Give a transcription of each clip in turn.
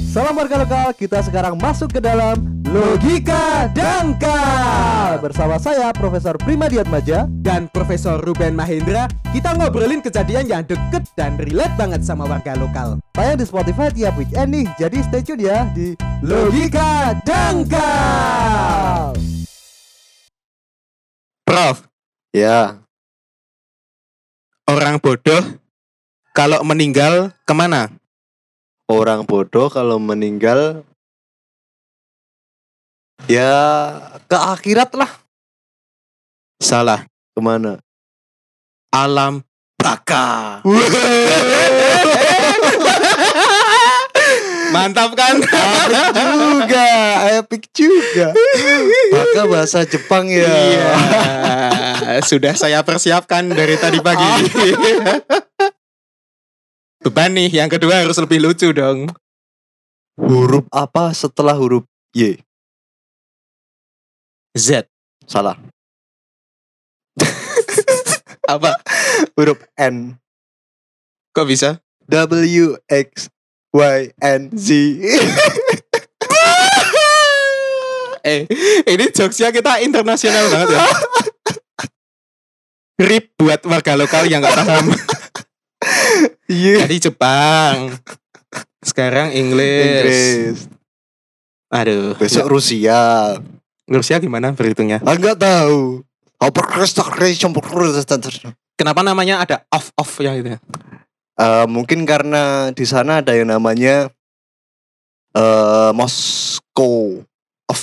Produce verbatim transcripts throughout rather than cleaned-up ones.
Salam warga lokal, kita sekarang masuk ke dalam Logika Dangkal. Bersama saya Profesor Primadiatmaja dan Profesor Ruben Mahendra. Kita ngobrolin kejadian yang deket dan relate banget sama warga lokal. Tayang di Spotify tiap weekend nih, jadi stay tune ya di Logika Dangkal. Prof, Ya, orang bodoh kalau meninggal kemana? orang bodoh kalau meninggal ya ke akhirat lah. Salah. Kemana? Alam baka. Mantap kan? Epic juga, epic juga. Baka bahasa Jepang ya. Iya. Sudah saya persiapkan dari tadi pagi. Beban nih, yang kedua harus lebih lucu dong. Huruf apa setelah huruf Y? Z. Salah. Apa? Huruf N. Kok bisa? W X Y N Z. Eh, ini jokesnya kita internasional banget ya. Rip buat warga lokal yang gak paham. Iya. Tadi Jepang, sekarang Inggris. Inggris. Aduh, Besok Rusia. Rusia gimana berhitungnya? Ah, nggak tahu. Kenapa namanya ada off off ya itu? Uh, mungkin karena di sana ada yang namanya uh, Moskow. Of.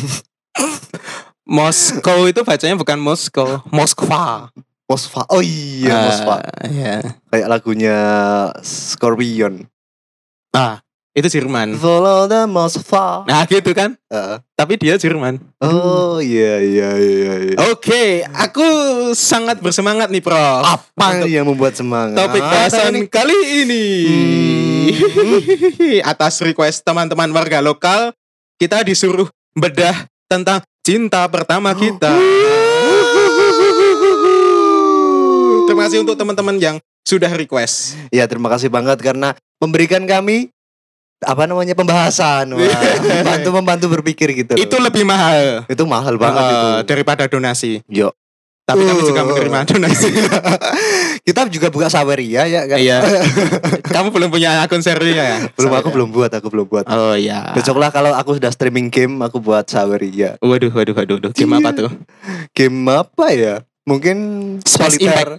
Moskow itu bacanya bukan Moskow, Moskva. Moskva. Oh iya, Ah, Moskva. Ya. Kayak lagunya Scorpion. Ah, itu Jerman. Follow the Moskva. Nah, gitu kan? Uh, Tapi dia Jerman. oh iya iya iya. iya. Oke, aku sangat bersemangat nih, Prof. Apa Untuk yang membuat semangat? topik bahasan ini? kali ini. Hmm. Atas request teman-teman warga lokal, kita disuruh bedah tentang cinta pertama kita. Terima kasih untuk teman-teman yang sudah request. Ya, terima kasih banget karena memberikan kami apa namanya pembahasan. Wah, membantu membantu berpikir gitu loh. Itu lebih mahal Itu mahal banget eh, itu. daripada donasi. Yo. Tapi kami Uh. juga menerima donasi. Kita juga buka Saweria ya kan? Iya. Kamu belum punya akun Seria ya? Belum, aku Saweria. belum buat, aku belum buat. Oh iya. Besoklah kalau aku sudah streaming game, aku buat Saweria. Waduh, waduh, waduh, waduh. Game apa tuh? Game apa ya? Mungkin Space soliter.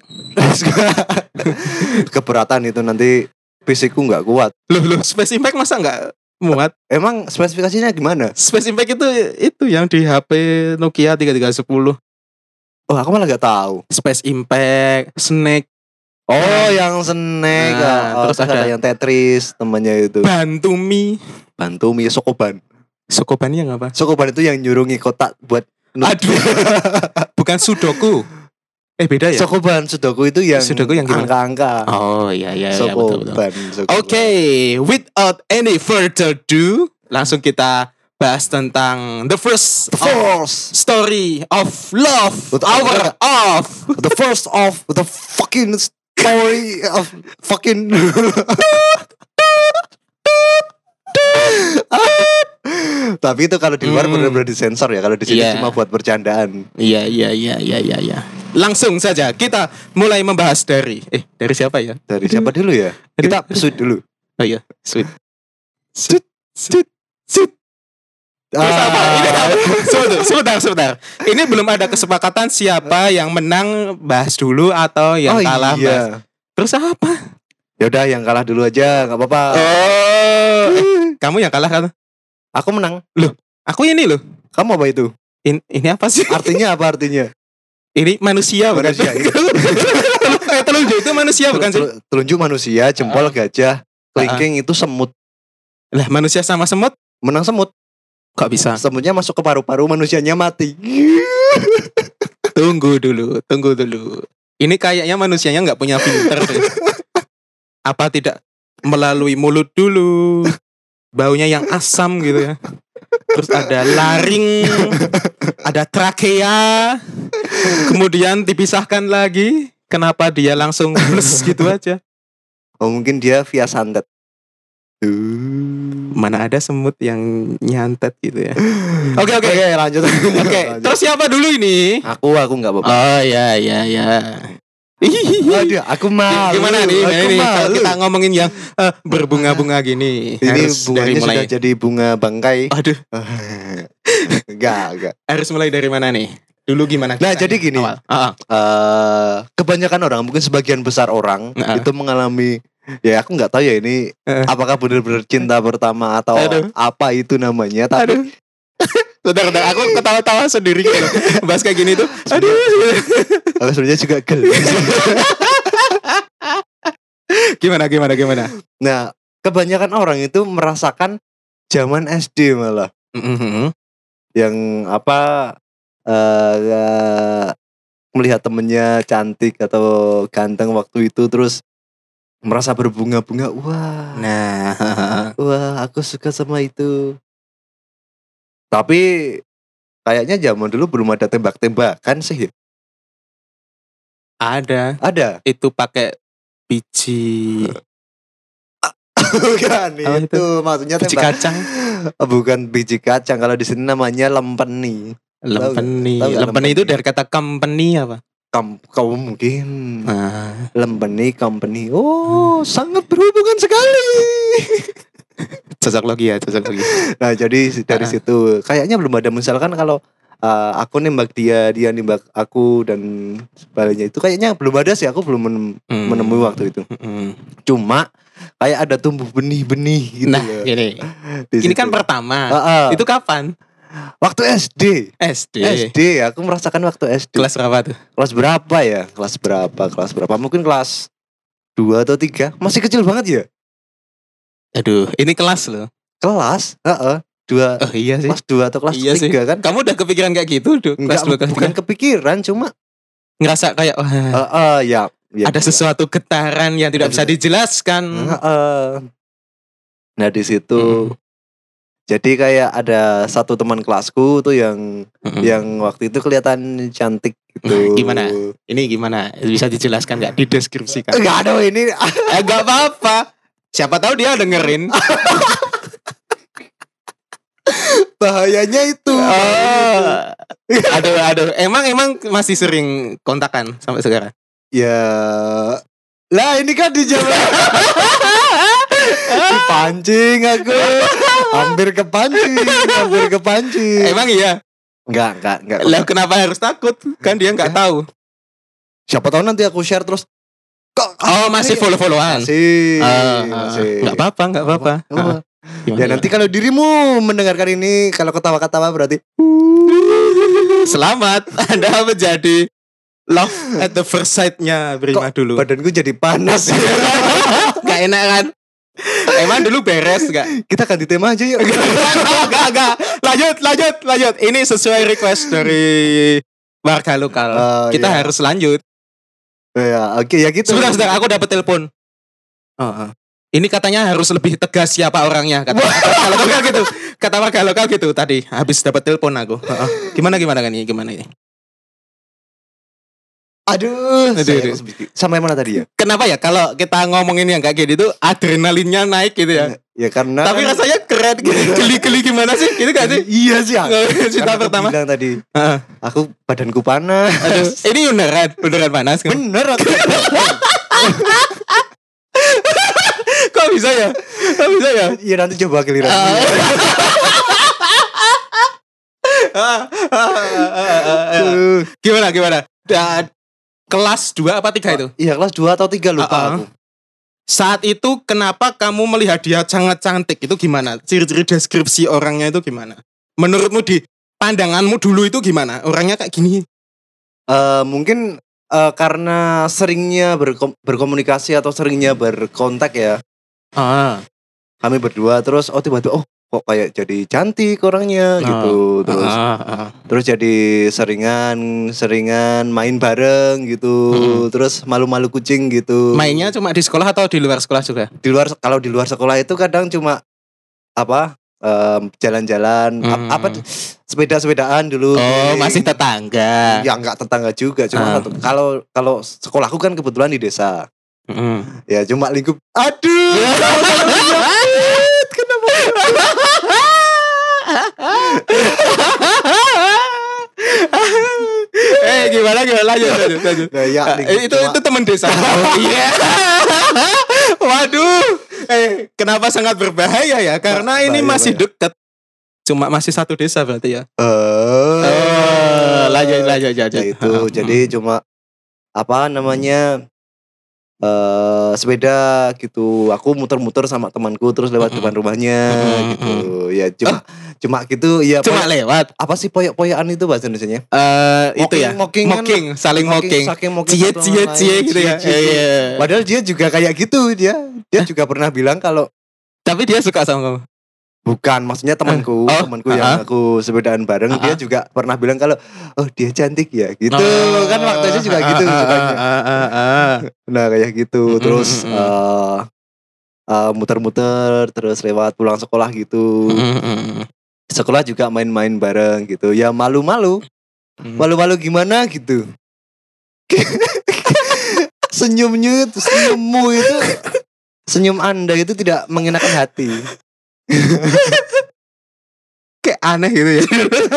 Keberatan itu nanti fisikku nggak kuat. Loh, loh, Space Impact masa nggak muat? Emang spesifikasinya gimana? Space Impact itu itu yang di H P Nokia tiga tiga satu nol. Oh, aku malah nggak tahu. Space Impact, Snake, Oh, yang Snake. Nah, oh, terus terus ada, ada- yang Tetris, temannya itu. Bantumi. Bantumi, Sokoban. Sokoban yang apa? Sokoban itu yang nyurungi kotak buat Aduh. Bukan Sudoku. Eh beda ya? Sokoban, Sudoku itu yang Sudoku yang gimana? angka-angka. Oh iya iya iya betul betul. Sokoban. Sokoban. Oke, without any further ado, langsung kita bahas tentang the first The of first, story of love, Betul. hour of. the first of the fucking story of fucking. Tapi itu kalau di luar Hmm. benar-benar disensor ya. Kalau di sini Iya. cuma buat bercandaan. Iya iya iya iya iya iya. Langsung saja kita mulai membahas dari eh dari siapa ya? Dari siapa dulu ya? Kita sweet dulu. Oh iya, sweet. Sweet sweet sweet. Terus apa? Ini apa? Sebentar, sebentar, sebentar. Ini belum ada kesepakatan siapa yang menang bahas dulu atau yang oh kalah bahas. iya. Terus apa? Ya udah yang kalah dulu aja, nggak apa-apa. Oh, eh, kamu yang kalah kan? Aku menang. Aku ini loh. Kamu apa itu? In, ini apa sih? Artinya apa artinya? Ini manusia bukan? Manusia, iya. Eh, telunjuk itu manusia bukan sih? Tel- Telunjuk manusia, jempol gajah, kelingking itu semut. Lah manusia sama semut Menang semut. kok bisa? Semutnya masuk ke paru-paru, manusianya mati. Tunggu dulu, tunggu dulu. Ini kayaknya manusianya nggak punya filter deh. Apa tidak melalui mulut dulu? Baunya yang asam gitu ya. Terus ada laring, ada trakea, kemudian dipisahkan lagi. Kenapa dia langsung plus gitu aja? Oh mungkin dia via santet. Uh. Mana ada semut yang nyantet gitu ya. Oke oke. Oke, lanjut. Oke, terus siapa dulu ini? Aku aku enggak apa-apa. Oh ya ya ya. Aduh, aku malu. Gimana nih? Aku Ini kalau malu. kita ngomongin yang eh, berbunga-bunga gini, Ini harus dari bunganya mulai. sudah jadi bunga bangkai. Aduh, Enggak, enggak. harus mulai dari mana nih? Dulu gimana? Nah, kisahnya? jadi gini. Awal. Ah, ah. Eh, kebanyakan orang, mungkin sebagian besar orang Nah. itu mengalami, ya aku nggak tahu ya ini Eh. apakah benar-benar cinta pertama atau Aduh. apa itu namanya, tapi Aduh. Bentar, bentar, aku ketawa-tawa sendiri gitu. Bahas kayak gini tuh. Aduh. aku sebenarnya juga gel. Gimana, gimana, gimana? Nah, kebanyakan orang itu merasakan zaman S D malah Mhm. yang apa eh melihat temennya cantik atau ganteng waktu itu terus merasa berbunga-bunga, wah. Nah, Wah, aku suka sama itu. Tapi kayaknya zaman dulu belum ada tembak-tembakan sih. Ya? ada. Ada. Itu pakai biji Bukan Apa itu, itu? maksudnya biji tembak. kacang, Bukan biji kacang, kalau di sini namanya lempeni. lempeni. tahu nggak Lempeni itu lempeni? dari kata company apa? Kam, kau mungkin Nah, lempeni company. Oh, sangat berhubungan sekali. cocok logi ya, cocok logi. Nah, jadi dari Ah. situ kayaknya belum ada, misalkan kalau uh, aku nembak dia, dia nembak aku dan sebaliknya, itu kayaknya belum ada sih, aku belum menem- Hmm. menemui waktu itu. Hmm. Cuma kayak ada tumbuh benih-benih gitu Nah, loh gini. di Ini situ. kan pertama. Ah, ah. Itu kapan? waktu S D. S D. S D, aku merasakan waktu S D. Kelas berapa tuh? Kelas berapa ya? Kelas berapa? Kelas berapa? Mungkin kelas dua atau tiga. Masih kecil banget ya? Aduh, ini kelas loh. Kelas? Heeh. Dua, Oh iya sih. kelas dua atau kelas Iya sih. tiga kan? Kamu udah kepikiran kayak gitu, Duh? Enggak, Kelas dua kelas bukan tiga. kepikiran, cuma Ngerasa kayak wah, heeh, ya, ya. ada sesuatu getaran yang tidak bisa dijelaskan. Heeh. Nah, di situ Mm. jadi kayak ada satu teman kelasku tuh yang Mm-mm. yang waktu itu kelihatan cantik gitu. Nah, gimana? Ini gimana? Bisa dijelaskan nggak? Dideskripsikan? Enggak ada ini. Eh, nggak apa-apa. Siapa tahu dia dengerin. Bahayanya itu. Oh. Aduh, aduh. Emang emang masih sering kontakan sampai sekarang? Ya. Lah ini kan dijawab. Dipancing aku. Hampir kepancing, hampir kepancing. Emang iya. Enggak, enggak, enggak. Lah kenapa harus takut? Kan dia nggak tahu. Siapa tahu nanti aku share terus. Kok Oh, masih follow-followan. Masih. Ah, ah. masih. Nggak apa-apa, nggak apa-apa. Apa? Ah, gimana, Ya nanti kalau dirimu mendengarkan ini, kalau ketawa-ketawa berarti gimana? Selamat, Anda menjadi love at the first sight-nya Prima dulu. badanku jadi panas. Gak enak kan? Emang dulu beres gak? Kita ganti tema aja yuk. Gak, gak. Lanjut, lanjut, lanjut. Ini sesuai request dari warga lokal. Oh, Kita iya. harus lanjut. Ya, oke ya gitu. Sebentar, sebentar. Aku dapat telepon. Oh, oh. Ini katanya harus lebih tegas siapa orangnya. Kata warga lokal gitu. Kata warga lokal gitu tadi. Habis dapat telepon aku. Oh, oh. Gimana, gimana kan ini? Gimana ini? Aduh, Aduh, saya aduh. harus bikin- sampai mana tadi ya? Kenapa ya kalau kita ngomongin yang kayak gitu adrenalinnya naik gitu ya. Ya karena Tapi kan- rasanya keren gitu. Geli-geli gimana sih? Gitu gak sih? Iya sih. ya. Cinta Karena aku pertama. bilang tadi, Heeh. aku badanku panas. Aduh, ini beneran, beneran panas kan? Bener aku. Kok bisa ya? Kok bisa ya? Iya nanti coba giliran. Ah, ah, ah, ah, ah, ah. Aduh. Gimana, gimana? Da- kelas dua apa tiga itu? Iya kelas dua atau tiga lupa Ah, ah. aku. Saat itu kenapa kamu melihat dia sangat cantik? Itu gimana? Ciri-ciri deskripsi orangnya itu gimana? Menurutmu di pandanganmu dulu itu gimana? Orangnya kayak gini? Eh, mungkin eh, karena seringnya berkom- berkomunikasi atau seringnya berkontak ya, Ah, kami berdua terus oh tiba-tiba oh kok kayak jadi cantik orangnya Ah, gitu, terus ah, ah. terus jadi seringan seringan main bareng gitu, Mm-mm. terus malu-malu kucing gitu. Mainnya cuma di sekolah atau di luar sekolah juga? Di luar, kalau di luar sekolah itu kadang cuma apa em, jalan-jalan ap- Hmm. apa sepeda-sepedaan dulu. Oh, Di- masih tetangga. ya enggak tetangga juga, cuma Ah. satu. Kalau kalau sekolahku kan kebetulan di desa. Mm. Ya cuma lingkup. Aduh. Kenapa? lanjut, lanjut, lanjut, lanjut. Nah, ya, Eh, itu cuma- itu teman desa. Oh, iya. Waduh. Eh, kenapa sangat berbahaya ya? Karena Bah- ini bahaya, masih bahaya. dekat. Cuma masih satu desa berarti ya. Eh, Oh, lanjut, lanjut, lanjut. ya itu jadi cuma apa namanya eh sepeda gitu. Aku muter-muter sama temanku terus lewat Mm-mm. depan rumahnya Mm-mm. gitu. Ya cuma cuma gitu ya. Cuma poy- lewat. apa sih poyok-poyokan itu bahasa Indonesianya? Eh itu ya. Mocking, kan? Mocking, saling mocking. Saking mocking Cie satu sama cie lain. cie gitu ya. Cie, cie, Eh, cie. iya. Padahal dia juga kayak gitu dia. Dia juga pernah bilang kalau Tapi dia suka sama kamu. bukan, maksudnya temanku, Oh, temanku yang uh-uh. aku sepedaan bareng, Uh-uh. dia juga pernah bilang kalau oh dia cantik ya, gitu. Oh, Kan waktu itu juga gitu ah, ah, sukanya. ah, ah, ah. Nah kayak gitu, Mm-mm, terus mm-mm. eh, eh, muter-muter, terus lewat pulang sekolah gitu. Mm, mm, mm. Sekolah juga main-main bareng gitu. Ya malu-malu, Mm. malu-malu gimana gitu. Senyumnya itu, senyummu itu, senyum Anda itu tidak mengenakan hati. Kayak aneh gitu ya.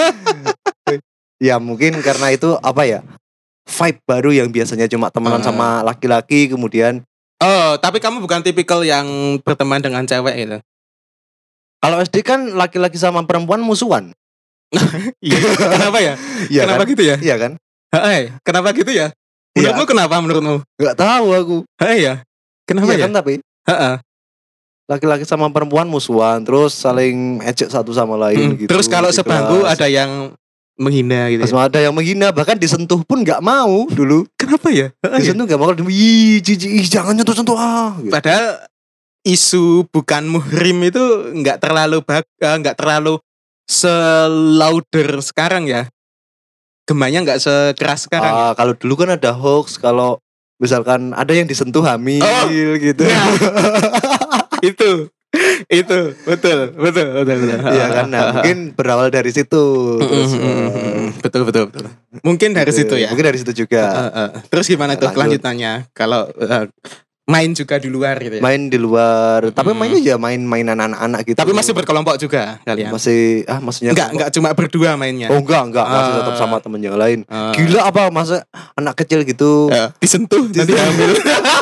Ya mungkin karena itu apa ya, vibe baru yang biasanya cuma temenan Ah. sama laki-laki kemudian Oh, tapi kamu bukan tipikal yang berteman dengan cewek gitu. kalau S D kan laki-laki sama perempuan musuhan. Iya. Kenapa ya? Iya Kenapa kan? gitu ya? Iya kan? Hei, kenapa gitu ya? Iya. Menurutmu kenapa menurutmu? Gak tahu aku. Hei ya. Kenapa Iya ya? kan tapi Heeh. laki-laki sama perempuan musuhan terus saling ejek satu sama lain Hmm, gitu. Terus kalau di sebangku kelas. ada yang menghina gitu. Terus Ya? ada yang menghina, bahkan disentuh pun nggak mau dulu. Kenapa ya? Heeh, ya? Disentuh nggak mau, ih jijik, ih jangan nyentuh-sentuh ah. Gitu. Padahal isu bukan muhrim itu nggak terlalu bag, eh, nggak terlalu selauder sekarang ya. Gemanya nggak sekeras sekarang. ya. Ah, kalau dulu kan ada hoax kalau misalkan ada yang disentuh hamil Oh. gitu. Nah, itu, itu betul, betul, betul, betul. Iya kan, nah, mungkin berawal dari situ. Terus, Mm, mm, mm, eh, mm. betul, betul, betul. Mungkin dari gitu. situ ya. Mungkin dari situ juga. Eh, eh. Terus gimana tuh Lanjut. kelanjutannya? Kalau eh, main juga di luar gitu ya. Main di luar, tapi Mm. mainnya ya main-mainan anak-anak gitu. Tapi masih berkelompok juga kalian. masih ah maksudnya Enggak, enggak cuma berdua mainnya. Oh enggak, enggak, masih Ah. tetap sama temen yang lain. Eh, Gila apa masa anak kecil gitu. eh, disentuh nanti hamil.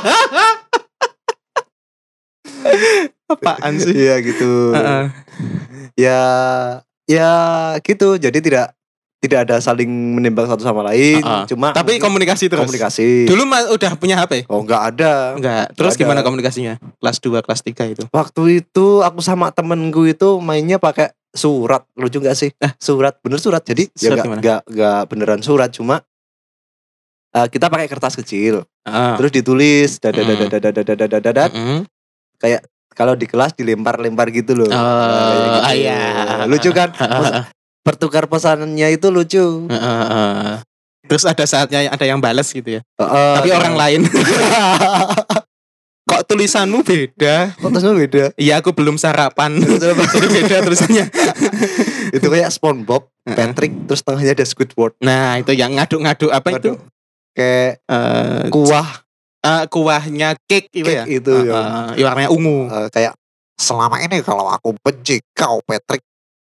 Apaan sih? Iya gitu. Heeh. Ya ya gitu. Jadi tidak tidak ada saling menimbang satu sama lain, Ah, ah. cuma Tapi mungkin komunikasi terus. komunikasi. Dulu ma- udah punya H P? Oh enggak ada. Enggak. Terus Nggak ada. gimana komunikasinya? Kelas dua, kelas tiga itu. Waktu itu aku sama temenku itu mainnya pakai surat. Lucu gak sih? Eh. Surat, bener surat. Jadi ya Surat enggak, gimana? enggak, enggak beneran surat, cuma eh, kita pakai kertas kecil, Ah. terus ditulis dadadadadadadadadadadadad. Mm-mm. Kalau di kelas dilempar-lempar gitu loh. Oh, Nah, kayak gitu. ah, iya. Lucu kan? Mas- pertukar pesanannya itu lucu. Heeh, heeh. Terus ada saatnya ada yang balas gitu ya. Heeh. Tapi orang lain. Kok tulisanmu beda? Kok terusnya beda? Iya, aku belum sarapan. Jadi beda tulisannya. Itu kayak SpongeBob, Patrick, terus tengahnya ada Squidward. Nah, itu yang ngaduk-ngaduk apa itu? Waduh. Kayak Eh, kuah eh, kuahnya cake itu Cake ya. itu, Eh, ya. eh, warnanya ungu. eh, kayak selama ini kalau aku benci kau Patrick.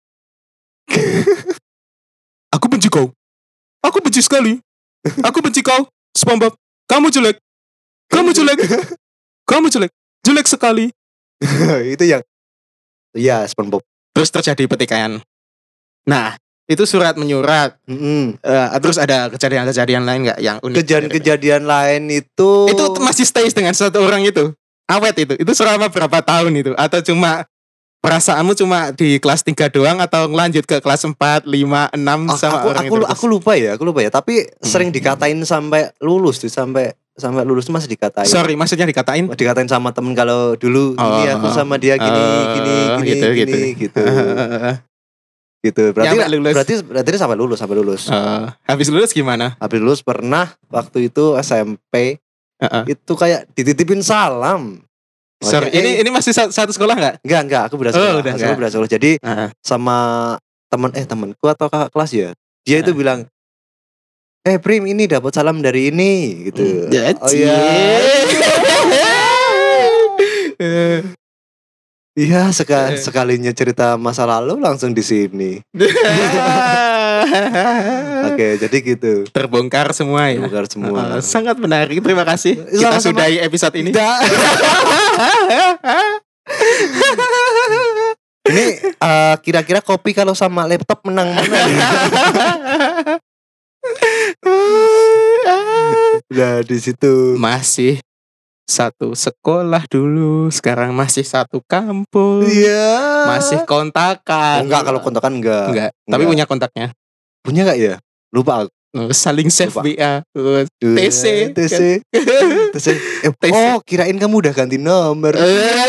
Aku benci kau. Aku benci sekali. Aku benci kau, SpongeBob. Kamu jelek. Kamu jelek. Kamu jelek. Jelek sekali. Itu yang iya SpongeBob. Terus terjadi pertikaian. Nah, itu surat menyurat. Mm-mm. Eh, terus ada kejadian-kejadian lain nggak yang unik? Kejadian-kejadian lain itu Itu masih stay dengan satu orang itu. Awet itu. Itu selama berapa tahun itu? Atau cuma perasaanmu cuma di kelas tiga doang atau lanjut ke kelas empat, lima, enam Ah, sama aku orang aku, itu? terus? aku lupa ya, aku lupa ya. Tapi sering dikatain sampai lulus tuh, sampai sampai lulus tuh masih dikatain. Sorry, maksudnya dikatain? Dikatain sama temen kalau dulu ini Oh, aku sama dia gini oh, gini gini gitu, gini gitu. gitu. Gitu. Berarti Sampai lulus. berarti berarti sampai lulus, sampai lulus. Eh, habis lulus gimana? Habis lulus pernah waktu itu S M P Heeh. itu kayak dititipin salam. Sorry, Makanya- ini ini masih sa- satu sekolah nggak? enggak enggak aku berasa Oh, udah aku enggak. berasa jadi Heeh. sama temen eh temenku atau kakak kelas ya. Dia itu Heeh. bilang, "Eh Prim, ini dapat salam dari ini." gitu. Ya, Oh iya. cie. Iya, seka- sekalinya cerita masa lalu langsung di sini. Oke, jadi gitu. Terbongkar semua ya. Terbongkar semua. Uh, sangat menarik. Terima kasih. Kita Sama-sama. sudahi episode ini. Tidak. Ini eh, kira-kira kopi kalau sama laptop menang mana? Nah, di situ. Masih satu sekolah dulu, sekarang masih satu kampus. Iya. Masih Oh, kontakan. enggak, kalau kontakan enggak. Enggak, tapi Enggak. punya kontaknya. Punya enggak ya? Lupa aku. Uh, Saling save Lupa. W A. Uh, T C. T C. T C. Eh, T C. oh, kirain kamu udah ganti nomor.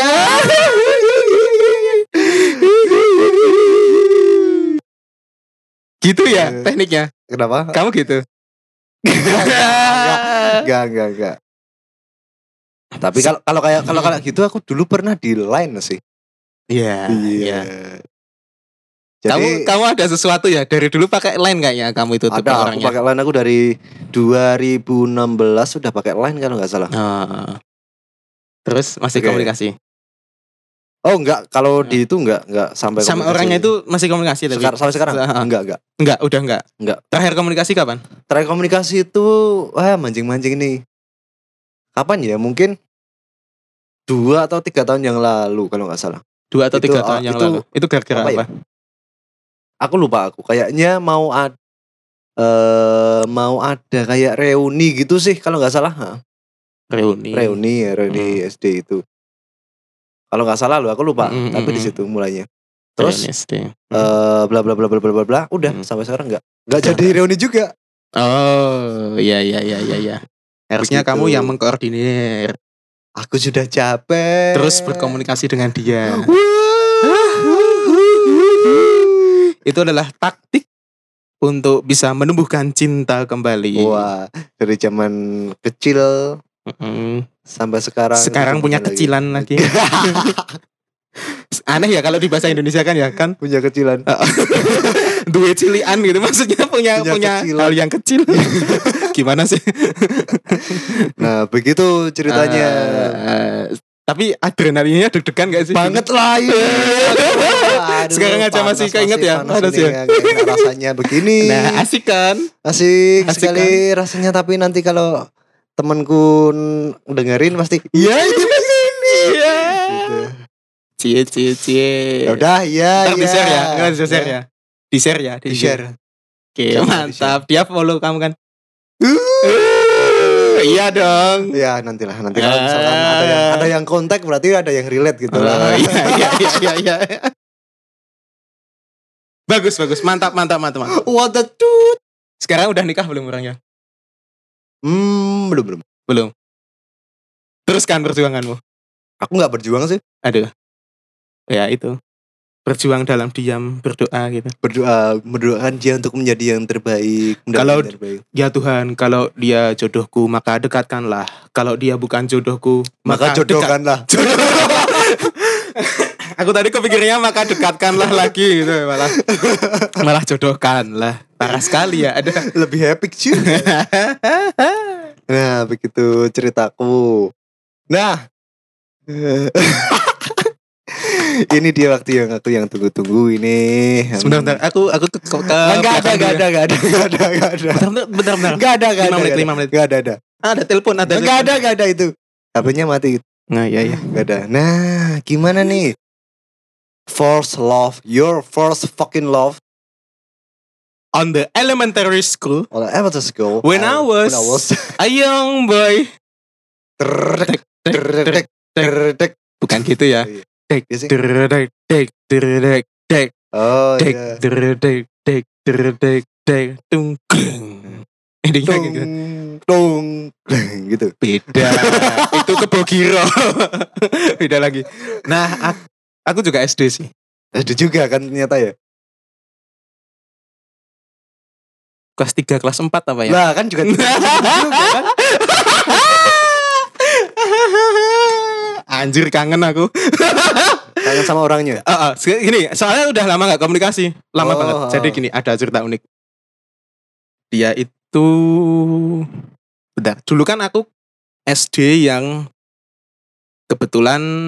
Gitu ya Eh. tekniknya. Kenapa? Kamu gitu. Enggak, enggak, enggak, enggak. Tapi kalau kalau kayak kalau kayak gitu aku dulu pernah di Line sih. Iya, iya. Jadi Kamu kamu ada sesuatu ya dari dulu pakai line kayaknya kamu itu tipe ada aku orangnya. pakai Line, aku dari dua ribu enam belas sudah pakai Line kalau nggak salah. Oh. Terus masih Oke. komunikasi. Oh enggak, kalau di itu enggak enggak sampai Sama komunikasi. orangnya itu masih komunikasi tapi. Sekar- sampai sekarang Sa- enggak enggak. Enggak, udah enggak. Enggak. Terakhir komunikasi kapan? Terakhir komunikasi itu wah mancing-mancing nih. Kapan ya? Mungkin dua atau tiga tahun yang lalu kalau nggak salah. Dua atau Itu, tiga ah, tahun yang itu lalu. Itu gara-gara apa apa? ya? Aku lupa aku. Kayaknya mau ad, eh mau ada kayak reuni gitu sih kalau nggak salah. Ha, Reuni. reuni ya, reuni S D itu. Kalau nggak salah loh, aku lupa. Mm, mm, Tapi di mm. situ mulainya. Terus Reuni S D. eh bla bla bla bla bla bla bla. Udah Hmm. sampai sekarang nggak nggak jadi reuni juga. Oh, iya iya iya iya iya. Harusnya Begitu. kamu yang mengkoordinir, Aku sudah capek. terus berkomunikasi dengan dia. Itu adalah taktik untuk bisa menumbuhkan cinta kembali. Wah, dari zaman kecil Mm-mm. sampai sekarang. Sekarang ketemu punya lagi. kecilan lagi. Aneh ya kalau di bahasa Indonesia kan ya kan Punya kecilan. duwe cilian gitu maksudnya punya Punya punya kecilan. hal yang kecil. Gimana sih? Nah, begitu ceritanya. Eh, tapi adrenalinnya deg-degan gak sih? Banget lah ya. Aduh, Sekarang aja panas, masih keinget ya? panas Panas ini ya? Nggak enak rasanya begini. Nah, asik kan? asik, asik sekali rasanya, tapi nanti kalau temanku n- dengerin pasti iya ini begini. Iya. Gitu. Cie cie cie. Ya udah, iya Ntar iya. di share ya, nggak di share ya. Di share ya, Di share. Oke, Jangan mantap. Dia follow kamu kan? Iya dong. Ya nantilah nanti kalau misalkan ada yang ada yang kontak berarti ada yang relate gitu Oh, lah. iya iya iya iya iya. Bagus bagus, mantap mantap mantap mantap. What the dude? Sekarang udah nikah belum orangnya? Hmm, belum belum. Belum. Teruskan perjuanganmu. Aku nggak berjuang sih. Aduh. Ya itu. Berjuang dalam diam, berdoa gitu. Berdoa mendoakan dia untuk menjadi yang terbaik. menjadi Kalau- yang terbaik. Ya Tuhan, kalau dia jodohku maka dekatkanlah. Kalau dia bukan jodohku Maka maka, dekat- jodohkanlah. Aku tadi kepikirnya maka dekatkanlah lagi gitu malah malah jodohkanlah. Parah sekali ya ada. Lebih epic cuy. Nah, begitu ceritaku. Nah. Ini dia waktu yang aku yang tunggu-tunggu ini. Sebentar, bentar. Aku aku ke, ke, ke Enggak ada, belakang enggak dulu ada, ya. enggak ada, enggak ada, enggak ada. Bentar, bentar, bentar, bentar. Enggak ada, enggak Lima ada. menit, enggak lima ada. menit. Enggak ada, ada. Ah, ada telepon, ada. Enggak telepon. ada, enggak ada itu. H P-nya mati. Nah, iya iya. Enggak ada. Nah, gimana nih? First love, your first fucking love. On the elementary school, Oleh elementary school. When I was- When I was. a young boy. Trrrrek, trrrrek, trrrrek. Bukan gitu ya. Iya. Dek, Iya sih. dek, dek, dek, dek, Oh dek, iya. dek, dek, dek, dek, tung, kleng. Endingnya Tung, gitu. tung, gitu. Beda. Itu kebogiro. Beda lagi. Nah, aku, aku juga S D sih. Ada juga kan ternyata ya. Kelas tiga, kelas empat apa ya? Lah kan juga juga kan. Anjir kangen aku. Kangen sama orangnya. Ah, ah, se- gini, soalnya udah lama nggak komunikasi, lama Oh, banget. oh. Jadi gini, ada cerita unik. Dia itu, bentar, dulu kan aku S D yang kebetulan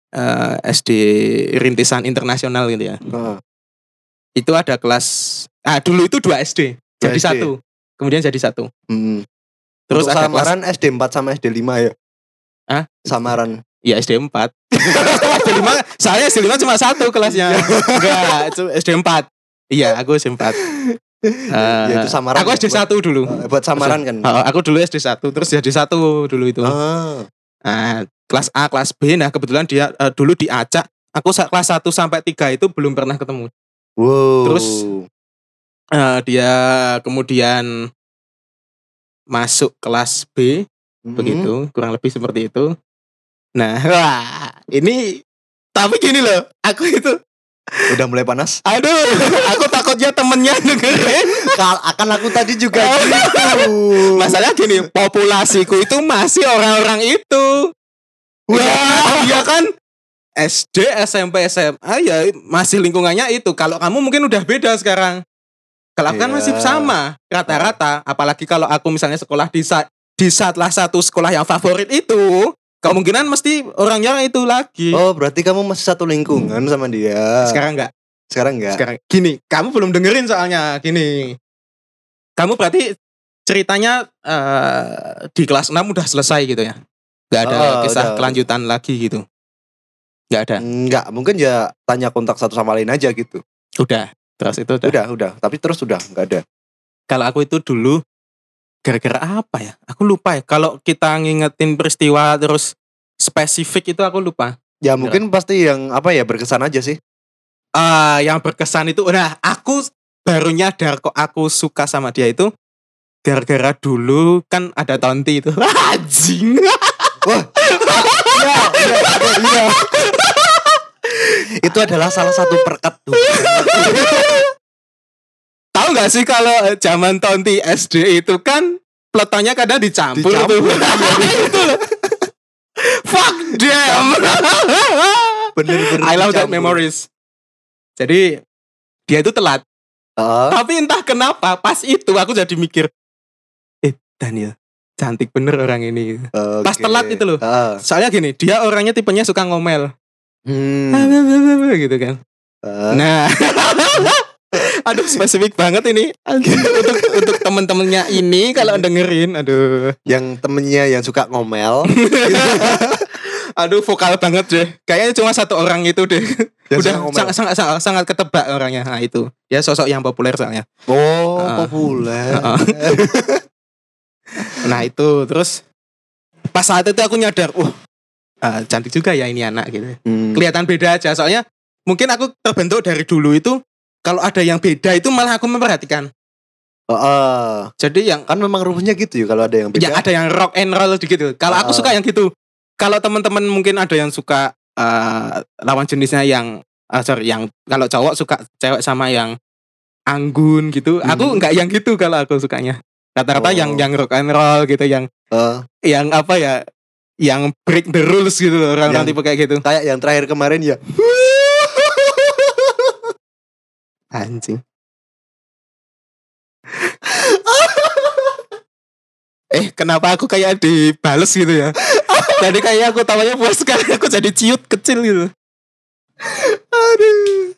eh, S D rintisan internasional gitu ya. Heeh. Itu ada kelas ah dulu itu dua S D Dua jadi S D. satu. Kemudian jadi satu. Hmm. Terus Untuk ada kelas samaran S D empat sama S D lima ya. Hah? Samaran. ya S D empat. S D lima saya S D lima cuma satu kelasnya. Enggak, itu S D empat. Iya, aku S D empat. Eh, Ya, itu samaran aku ya, S D satu dulu. Eh, buat samaran kan. Oh, aku dulu S D satu terus jadi satu dulu itu. Ah. Nah, kelas A, kelas B, nah kebetulan dia eh, dulu diacak. Aku sa- kelas satu sampai tiga itu belum pernah ketemu. Wow. Terus Eh, dia kemudian masuk kelas B, Mhm. begitu, kurang lebih seperti itu. Nah, wah, ini tapi gini loh, aku itu, Udah mulai panas. aduh, aku takutnya temennya dengerin. Kal akan aku tadi juga gitu. Masalahnya gini, populasiku itu masih orang-orang itu. Wah, dia kan S D, S M P, S M A ya masih lingkungannya itu. Kalau kamu mungkin udah beda sekarang. Kalau aku kan Iya. masih sama rata-rata. Apalagi kalau aku misalnya sekolah di sa- di salah satu sekolah yang favorit itu, kemungkinan mesti orangnya itu lagi. Oh, berarti kamu masih satu lingkungan sama dia. Sekarang enggak. Sekarang enggak. Sekarang gini, kamu belum dengerin soalnya gini. Kamu berarti ceritanya eh, di kelas enam udah selesai gitu ya. Enggak ada Oh, kisah udah. kelanjutan lagi gitu. Enggak ada. Enggak, mungkin ya tanya kontak satu sama lain aja gitu. Udah. Terus itu udah. Udah, udah. Tapi terus udah enggak ada. Kalau aku itu dulu gara-gara apa ya? Aku lupa ya. Kalau kita ngingetin peristiwa terus spesifik itu aku lupa. Ya mungkin pasti yang apa ya berkesan aja sih. Ah, yang berkesan itu, nah aku baru nyadar kok aku suka sama dia itu gara-gara dulu kan ada Tonti itu. Anjing. Wah. Iya, iya, iya. Itu adalah salah satu perkat tuh. Tahu nggak sih kalau zaman Tonti S D itu kan peletonnya kadang dicampur, Dicampur. tuh. Itu loh. Fuck them. Bener-bener I love that dicampur. memories. Jadi dia itu telat. Heeh. Tapi entah kenapa pas itu aku jadi mikir, eh Daniel cantik bener orang ini. Pas Oke. telat itu loh. Heeh. Soalnya gini, dia orangnya tipenya suka ngomel. Hmm. Gitu kan. Heeh. Nah, aduh spesifik banget ini untuk untuk temen-temennya ini kalau dengerin, aduh, Yang temennya yang suka ngomel. aduh vokal banget deh. Kayaknya cuma satu orang itu deh. Yang Udah suka ngomel. sangat, sangat sangat sangat ketebak orangnya. Nah itu, ya sosok yang populer soalnya. Oh, Heeh. populer. Heeh. Nah itu terus pas saat itu aku nyadar, wah ah, cantik juga ya ini anak gitu. Hmm. Kelihatan beda aja soalnya mungkin aku terbentuk dari dulu itu kalau ada yang beda itu malah aku memperhatikan. Heeh. Jadi yang Kan memang ruhnya gitu ya kalau ada yang beda. ya ada yang rock and roll gitu. Kalau aku Ah. suka yang gitu. Kalau teman-teman mungkin ada yang suka eh, lawan jenisnya yang ah, sorry, yang kalau cowok suka cewek sama yang anggun gitu. Aku Hmm. enggak yang gitu kalau aku sukanya. Rata-rata Oh. yang yang rock and roll gitu, yang Heeh. yang apa ya? Yang break the rules gitu loh, orang-orang Yang- tipe kayak gitu. Kayak yang terakhir kemarin ya. Anjing. Eh kenapa aku kayak dibales gitu ya? Jadi kayak aku tawanya puas sekali, aku jadi ciut kecil gitu. Aduh.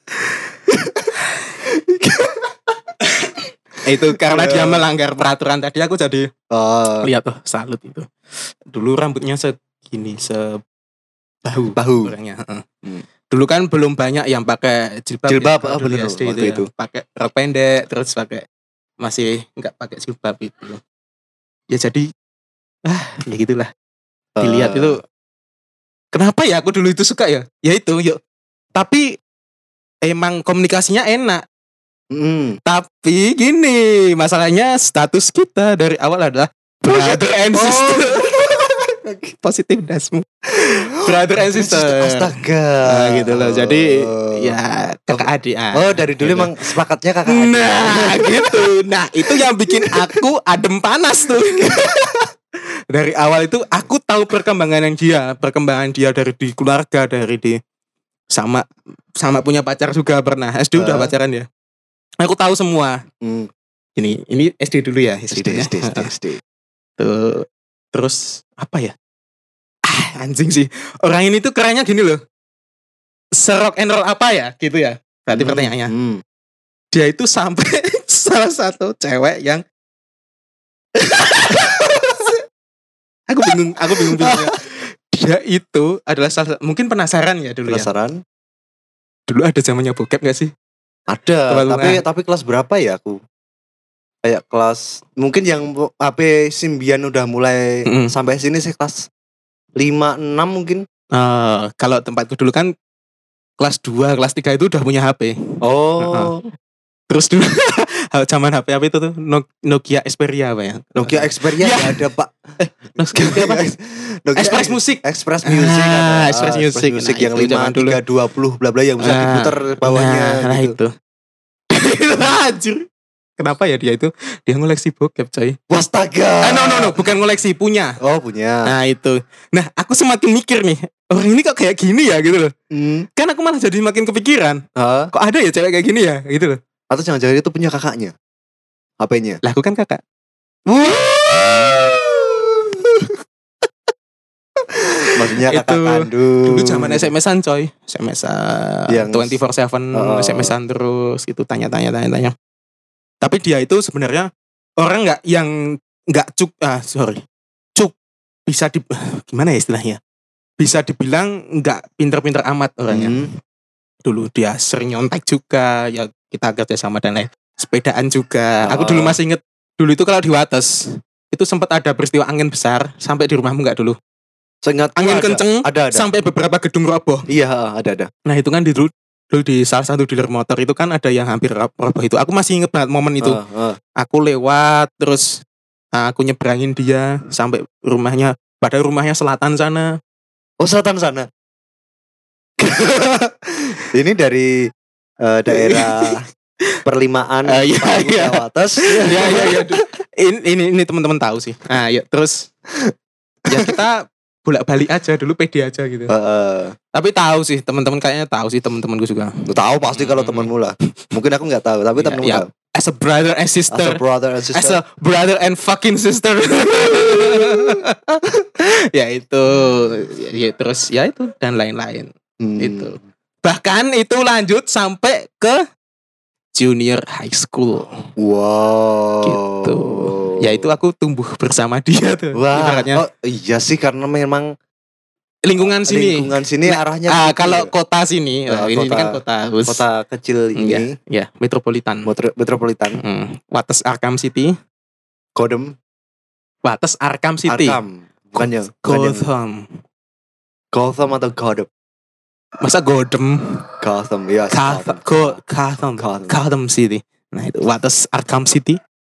Itu karena dia melanggar peraturan tadi aku jadi Oh, lihat tuh salut itu. Dulu rambutnya segini, sebahu bahu. orangnya. heeh. Hmm. Dulu kan belum banyak yang pakai jilbab. Jilbab, ya, ah, dulu bener, S D waktu ya. itu. Pakai rok pendek terus pakai masih nggak pakai jilbab itu. Ya jadi ah ya gitulah. Dilihat Eh, itu kenapa ya aku dulu itu suka ya? Ya itu yuk. Tapi emang komunikasinya enak. mm. Tapi gini, masalahnya status kita dari awal adalah brother and Oh. sister. Positif dasmu. Brother and sister. Astaga. Nah, gitu loh. Jadi Oh. ya kakak adik. ah. Oh, dari dulu Gitu. emang sepakatnya kakak adik. Nah, gitu. Nah, itu yang bikin aku adem panas tuh. Dari awal itu aku tahu perkembangan yang dia, perkembangan dia dari di keluarga, dari di sama sama punya pacar juga pernah. S D udah Ah. pacaran ya. Aku tahu semua. Hmm. Ini ini S D dulu ya, S D. S D, ya. S D, S D, S D. Tuh. Terus apa ya? Ah, anjing sih. Orang ini tuh kerennya gini loh. serok and roll apa ya gitu ya. Berarti Hmm, pertanyaannya. hmm. Dia itu sampai salah satu cewek yang aku bingung, aku bingung bilangnya. Dia itu adalah salah, mungkin penasaran ya dulu ya. Penasaran? Dulu ada zamannya bokep gak sih? Ada, Teman-teman. tapi tapi kelas berapa ya aku? Kayak kelas mungkin yang H P Symbian udah mulai Mm-mm. sampai sini sih kelas lima enam mungkin. Eh, kalau tempatku dulu kan kelas dua, kelas tiga itu udah punya H P. Oh, Terus dulu zaman H P apa itu tuh? No- Nokia Xperia apa ya? Nokia Xperia Ya. nggak ada, Pak. Nokia apa? Nokia Express Music. Express Music Ah, ada. Express Ah, Music. Music Nah, yang itu lima zaman dulu. tiga dua puluh bla bla yang bisa Ah, diputer bawahnya Nah, nah gitu. itu. Anjir. Kenapa ya dia itu? Dia ngoleksi bokep coy. Wastaga. Ah, no no no, bukan ngoleksi, punya. Oh, punya. Nah itu. Nah aku semakin mikir nih, orang ini kok kayak gini ya gitu loh. Hmm. Kan aku malah jadi makin kepikiran, Hah? kok ada ya cewek kayak gini ya gitu loh. Atau jangan-jangan itu punya kakaknya? H P-nya. Lah aku kan kakak. Maksudnya kakak Itu kandung. Dulu zaman S M S-an coy, S M S-an Yang- dua puluh empat tujuh Oh. S M S-an terus gitu, tanya-tanya tanya-tanya. Tapi dia itu sebenarnya orang nggak yang nggak cuk ah sorry cuk bisa di gimana ya istilahnya, bisa dibilang nggak pinter-pinter amat orangnya. Hmm. Dulu dia sering nyontek juga, ya kita kerja sama dan lain, sepedaan juga. Aku Oh. dulu masih inget, dulu itu kalau di Wates itu sempat ada peristiwa angin besar sampai di rumahmu nggak dulu? Seingat Angin ada. kenceng Ada ada. sampai beberapa gedung roboh. Iya, ada ada. Nah itu kan di dulu, dulu di salah satu dealer motor itu kan ada yang hampir roboh itu. Aku masih inget banget momen itu. Ah, ah. Aku lewat terus ah, aku nyebrangin dia sampai rumahnya, padahal rumahnya selatan sana. Oh, selatan sana. Ini dari eh, daerah perlimaan Ah, iya, Palu iya. Kawates. Ya ya ya. Ini ini, ini teman-teman tahu sih. Nah ya terus ya kita bolak-balik aja dulu, pede aja gitu. Heeh. Tapi tahu sih teman-teman, kayaknya tahu sih teman-temanku juga. Lu tahu pasti kalau Hmm. temanmu lah. Mungkin aku nggak tahu, tapi Iya, temanmu iya. tahu. As a brother and As sister. a brother and As sister. a brother and fucking sister. Ya itu, ya, terus ya itu dan lain-lain. Hmm. Itu. Bahkan itu lanjut sampai ke junior high school. Wow. Gitu. Ya itu aku tumbuh bersama dia tuh. Wah. Ibaratnya Oh, iya sih karena memang lingkungan sini. lingkungan sini Nah, arahnya Ah, begitu kalau ya. kota sini, Ah, nah, ini, ini kota- kan kota, Hus. kota kecil Iya, ini ya, metropolitan. metro- metropolitan Hmm. Wates Arkham City. Godem Wates Arkham City. Arkham bukannya bukannya Gotham. Gotham atau Godem Masa Godem? Gotham ya Gotham. Go- Gotham. Gotham. Gotham City. Nah itu Wates Arkham City.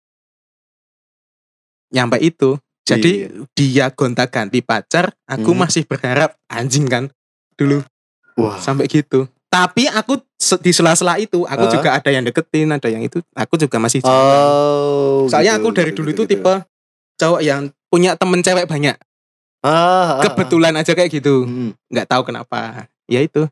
Nyampe itu. Jadi dia gonta-ganti pacar. Aku Hmm. masih berharap, anjing kan dulu Wah. sampai gitu. Tapi aku se- di sela-sela itu aku Ah. juga ada yang deketin, ada yang itu. Aku juga masih cinta. Oh. Soalnya gitu, aku dari gitu, dulu gitu, itu gitu. tipe cowok yang punya temen cewek banyak. Ah, ah, ah. Kebetulan aja kayak gitu. Hmm. Nggak tahu kenapa. Ya itu.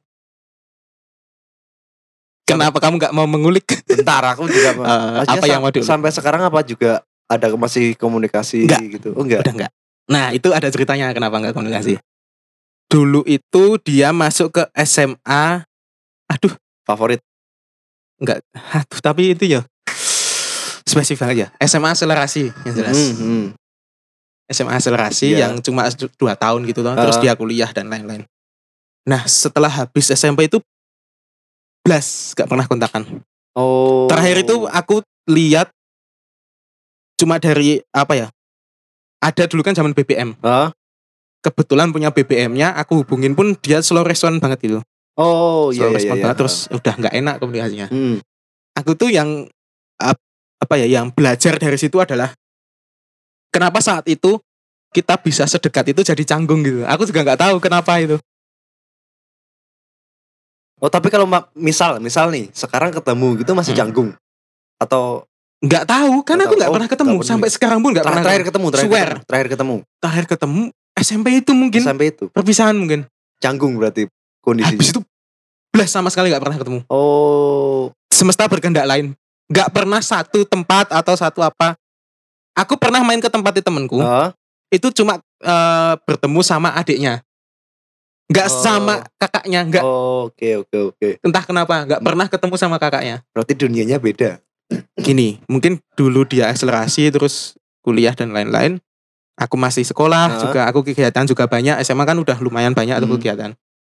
Kenapa kamu nggak mau mengulik? Bentar aku juga Eh, Maksudnya apa yang sam- mau diulik? sampai sekarang apa juga ada masih komunikasi Enggak. gitu? Oh enggak. Udah nggak. Nah itu ada ceritanya kenapa nggak komunikasi. Dulu itu dia masuk ke S M A. Aduh, Favorit. nggak. Aduh, tapi itu ya spesifik aja. S M A akselerasi yang jelas. Hmm, hmm. S M A akselerasi Iya. yang cuma dua tahun gitu loh. Terus Ah. dia kuliah dan lain-lain. Nah setelah habis S M P itu blas gak pernah kontakan. Oh. Terakhir itu aku lihat cuma dari apa ya? Ada dulu kan zaman B B M. Hah? Kebetulan punya B B M-nya, aku hubungin pun dia slow respon banget gitu. Oh iya Slow iya respon iya. banget, terus udah nggak enak komunikasinya. Hmm. Aku tuh yang ap- apa ya? Yang belajar dari situ adalah kenapa saat itu kita bisa sedekat itu jadi canggung gitu. Aku juga nggak tahu kenapa itu. Oh tapi kalau ma- misal misal nih sekarang ketemu gitu masih Hmm. canggung atau Nggak tahu, kan Nggak aku tahu. nggak Oh, pernah ketemu nggak pernah. sampai sekarang pun nggak Ter- pernah. terakhir ketemu terakhir Swear. ketemu, terakhir ketemu Terakhir ketemu S M P itu mungkin sampai itu perpisahan mungkin. canggung berarti kondisinya. Habis itu belas sama sekali nggak pernah ketemu. Oh Semesta berkehendak lain. Nggak pernah satu tempat atau satu apa. Aku pernah main ke tempatnya temenku. ah, Itu cuma eh, bertemu sama adiknya. Nggak Oh. sama kakaknya, nggak Oh, oke oke oke. entah kenapa, nggak pernah ketemu sama kakaknya. Berarti dunianya beda. Gini, mungkin dulu dia akselerasi terus kuliah dan lain-lain. Aku masih sekolah Ah. juga, aku kegiatan juga banyak. S M A kan udah lumayan banyak tuh Hmm. kegiatan.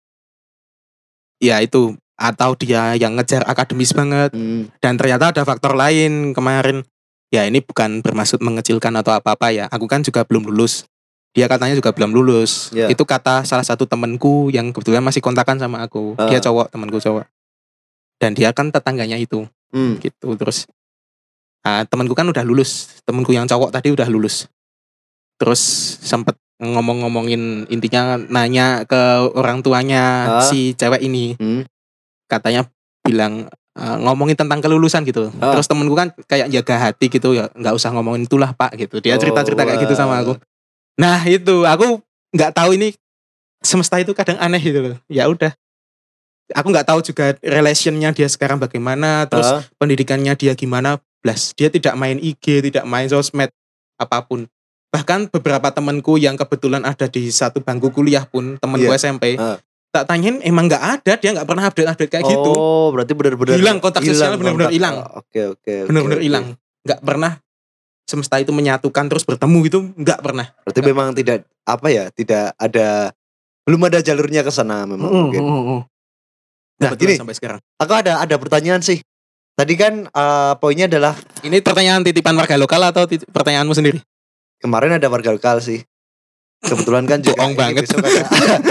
Ya itu, atau dia yang ngejar akademis banget. Hmm. Dan ternyata ada faktor lain kemarin. Ya ini bukan bermaksud mengecilkan atau apa-apa ya. Aku kan juga belum lulus. Dia katanya juga belum lulus. Ya. Itu kata salah satu temenku yang kebetulan masih kontakan sama aku. Ah. Dia cowok, temanku cowok. Dan dia kan tetangganya itu. Hmm. Gitu. Terus ah, temanku kan udah lulus. Temanku yang cowok tadi udah lulus. Terus sempet ngomong-ngomongin, intinya nanya ke orang tuanya Ah. si cewek ini. Hmm. Katanya bilang uh, ngomongin tentang kelulusan gitu. Ah. Terus temenku kan kayak jaga hati gitu ya, nggak usah ngomongin itulah Pak gitu. Dia Oh, cerita-cerita kayak gitu sama aku. wah. Nah itu aku nggak tahu ini semesta itu kadang aneh gitu loh. Ya udah. Aku nggak tahu juga relationnya dia sekarang bagaimana. Terus Ah. pendidikannya dia gimana. Blas. Dia tidak main I G, tidak main sosmed apapun. Bahkan beberapa temanku yang kebetulan ada di satu bangku kuliah pun, temanku Iya. S M P, Ah. tak tanyain emang nggak ada, dia nggak pernah update-update kayak gitu. Oh, berarti benar-benar Hilang kontak sosial, benar-benar kontak. hilang. Oh, Oke oke. oke, Bener-bener oke. hilang, nggak pernah semesta itu menyatukan terus bertemu gitu, nggak pernah. Berarti memang tidak apa ya, tidak ada, belum ada jalurnya ke sana memang mungkin. Nah, Kebetulan gini. sampai sekarang. Aku ada ada pertanyaan sih. Tadi kan eh, poinnya adalah Ini pertanyaan titipan warga lokal atau tit- pertanyaanmu sendiri? kemarin ada warga lokal sih. Kebetulan kan juga Bohong ini banget. besok ada.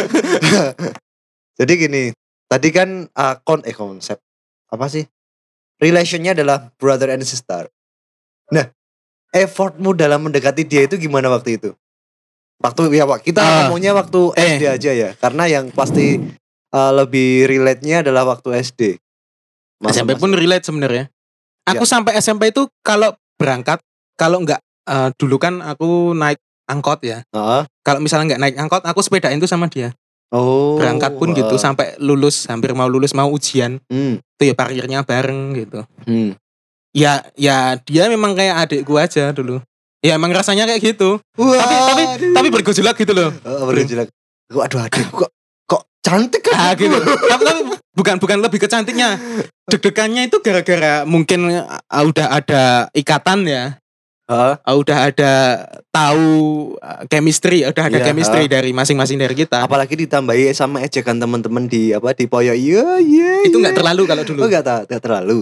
Jadi gini, tadi kan eh, kon eh konsep apa sih? Relationnya adalah brother and sister. Nah, effortmu dalam mendekati dia itu gimana waktu itu? Waktu ya Pak, kita Ah, ngomongnya waktu eh. S D aja ya, karena yang pasti eh, lebih relate-nya adalah waktu S D. S M P pun relate sebenarnya. Aku Ya. sampai S M P itu kalau berangkat, kalau nggak eh, dulu kan aku naik angkot ya. Heeh. Kalau misalnya nggak naik angkot, aku sepedain tuh sama dia. Oh. Berangkat pun gitu heeh. sampai lulus, hampir mau lulus mau ujian, Hmm. itu ya parkirnya bareng gitu. Hmm. Ya, ya dia memang kayak adikku aja dulu. Ya emang rasanya kayak gitu. Tapi tapi tapi bergejolak gitu loh. Oh, bergejolak. Kok aduh aduh kok kok cantik Ah kan? gitu. tapi, tapi bukan bukan lebih ke cantiknya. Deg-degannya itu gara-gara mungkin ah, udah ada ikatan ya. Heeh. Ah, udah ada tahu ah, chemistry, udah ada Iya, chemistry ah. dari masing-masing dari kita. Apalagi ditambahi sama ejekan teman-teman di apa di Poyo. Iya iya. Itu nggak iya. terlalu kalau dulu. Oh enggak ta- enggak terlalu.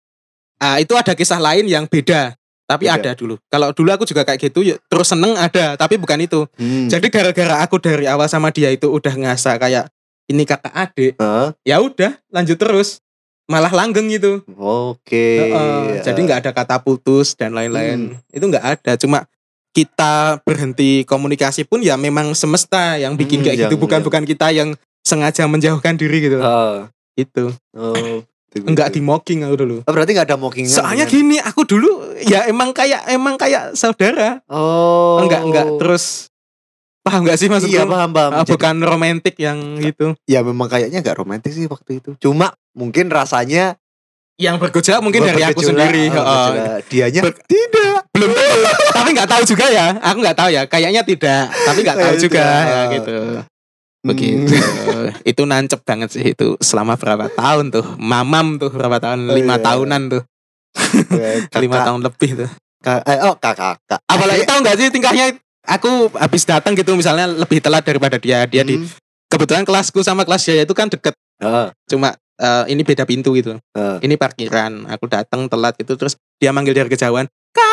Ah, itu ada kisah lain yang beda. Tapi Beda. ada dulu. Kalau dulu aku juga kayak gitu, ya, terus seneng ada, tapi bukan itu. Hmm. Jadi gara-gara aku dari awal sama dia itu udah ngerasa kayak ini kakak adik, Heeh. ya udah lanjut terus, malah langgeng gitu. Oke. Heeh, jadi nggak ada kata putus dan lain-lain. Hmm. Itu nggak ada. Cuma kita berhenti komunikasi pun ya memang semesta yang bikin Hmm, kayak gitu, yang- bukan bukan kita yang sengaja menjauhkan diri gitu. Heeh. Itu Oh. gitu, enggak gitu. di mocking aku dulu. Oh, berarti enggak ada mockingan. Soalnya dengan- gini, aku dulu ya emang kayak emang kayak saudara. Oh. Enggak enggak terus paham nggak sih maksudku? Iya paham paham. Ah, Jadi, bukan romantis yang gitu. ya memang kayaknya enggak romantis sih waktu itu. Cuma mungkin rasanya Yang bergejolak mungkin dari aku bergejolak, sendiri. oh, Heeh. bergejolak. Dianya Ber- tidak belum tahu. Tapi nggak tahu juga ya. Aku nggak tahu ya. Kayaknya tidak. Tapi nggak tahu Kayaknya juga tidak. ya gitu. Begitu. Itu nancep banget sih itu. Selama berapa tahun tuh? Mamam tuh berapa tahun? Oh, Lima iya. tahunan tuh. Kakak- Lima tahun lebih tuh. Kak, eh, oh kakak kakak. Apalagi tahu nggak sih tingkahnya? Aku habis datang gitu misalnya lebih telat daripada dia. Dia di Hmm. kebetulan kelasku sama kelas dia itu kan deket. Heeh. Cuma eh, ini beda pintu gitu. Heeh. Ini parkiran. Aku datang telat itu terus dia manggil dari kejauhan,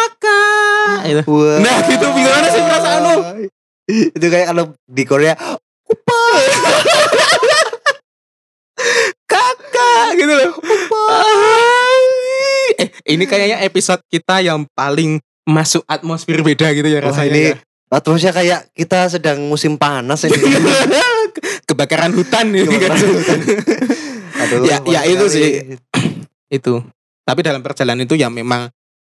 kakak. Gitu. Wah. Nah, gitu, gimana sih perasaanmu? Itu kayak kalau di Korea Kakak gitu loh. Eh, ini kayaknya episode kita yang paling masuk atmosfer beda gitu ya wah, rasanya. ini ya. atmosfernya kayak kita sedang musim panas ini. Kebakaran hutan ini kan. Kebakaran hutan. Aduh, Ya, ya panas itu sekali. sih. Itu. Tapi dalam perjalanan itu ya memang